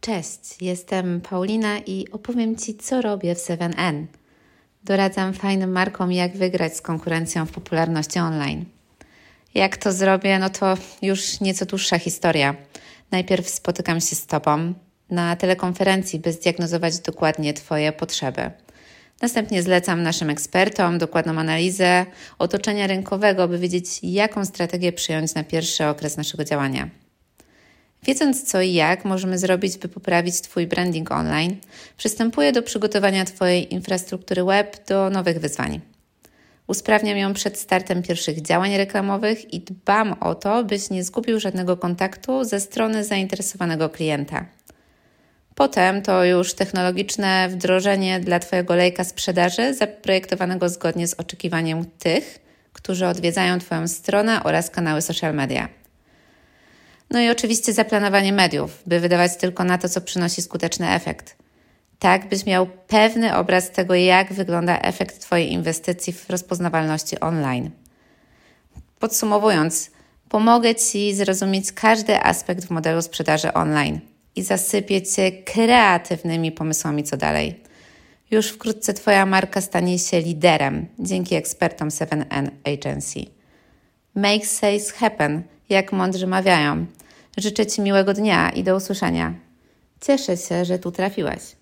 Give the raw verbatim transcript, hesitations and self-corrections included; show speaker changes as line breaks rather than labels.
Cześć, jestem Paulina i opowiem Ci, co robię w seven N. Doradzam fajnym markom, jak wygrać z konkurencją w popularności online. Jak to zrobię, no to już nieco dłuższa historia. Najpierw spotykam się z Tobą na telekonferencji, by zdiagnozować dokładnie Twoje potrzeby. Następnie zlecam naszym ekspertom dokładną analizę otoczenia rynkowego, by wiedzieć, jaką strategię przyjąć na pierwszy okres naszego działania. Wiedząc co i jak możemy zrobić, by poprawić Twój branding online, przystępuję do przygotowania Twojej infrastruktury web do nowych wyzwań. Usprawniam ją przed startem pierwszych działań reklamowych i dbam o to, byś nie zgubił żadnego kontaktu ze strony zainteresowanego klienta. Potem to już technologiczne wdrożenie dla Twojego lejka sprzedaży zaprojektowanego zgodnie z oczekiwaniem tych, którzy odwiedzają Twoją stronę oraz kanały social media. No i oczywiście zaplanowanie mediów, by wydawać tylko na to, co przynosi skuteczny efekt. Tak, byś miał pewny obraz tego, jak wygląda efekt Twojej inwestycji w rozpoznawalności online. Podsumowując, pomogę Ci zrozumieć każdy aspekt w modelu sprzedaży online i zasypię Cię kreatywnymi pomysłami, co dalej. Już wkrótce Twoja marka stanie się liderem dzięki ekspertom seven N Agency. Make sales happen, jak mądrzy mawiają. Życzę Ci miłego dnia i do usłyszenia. Cieszę się, że tu trafiłeś.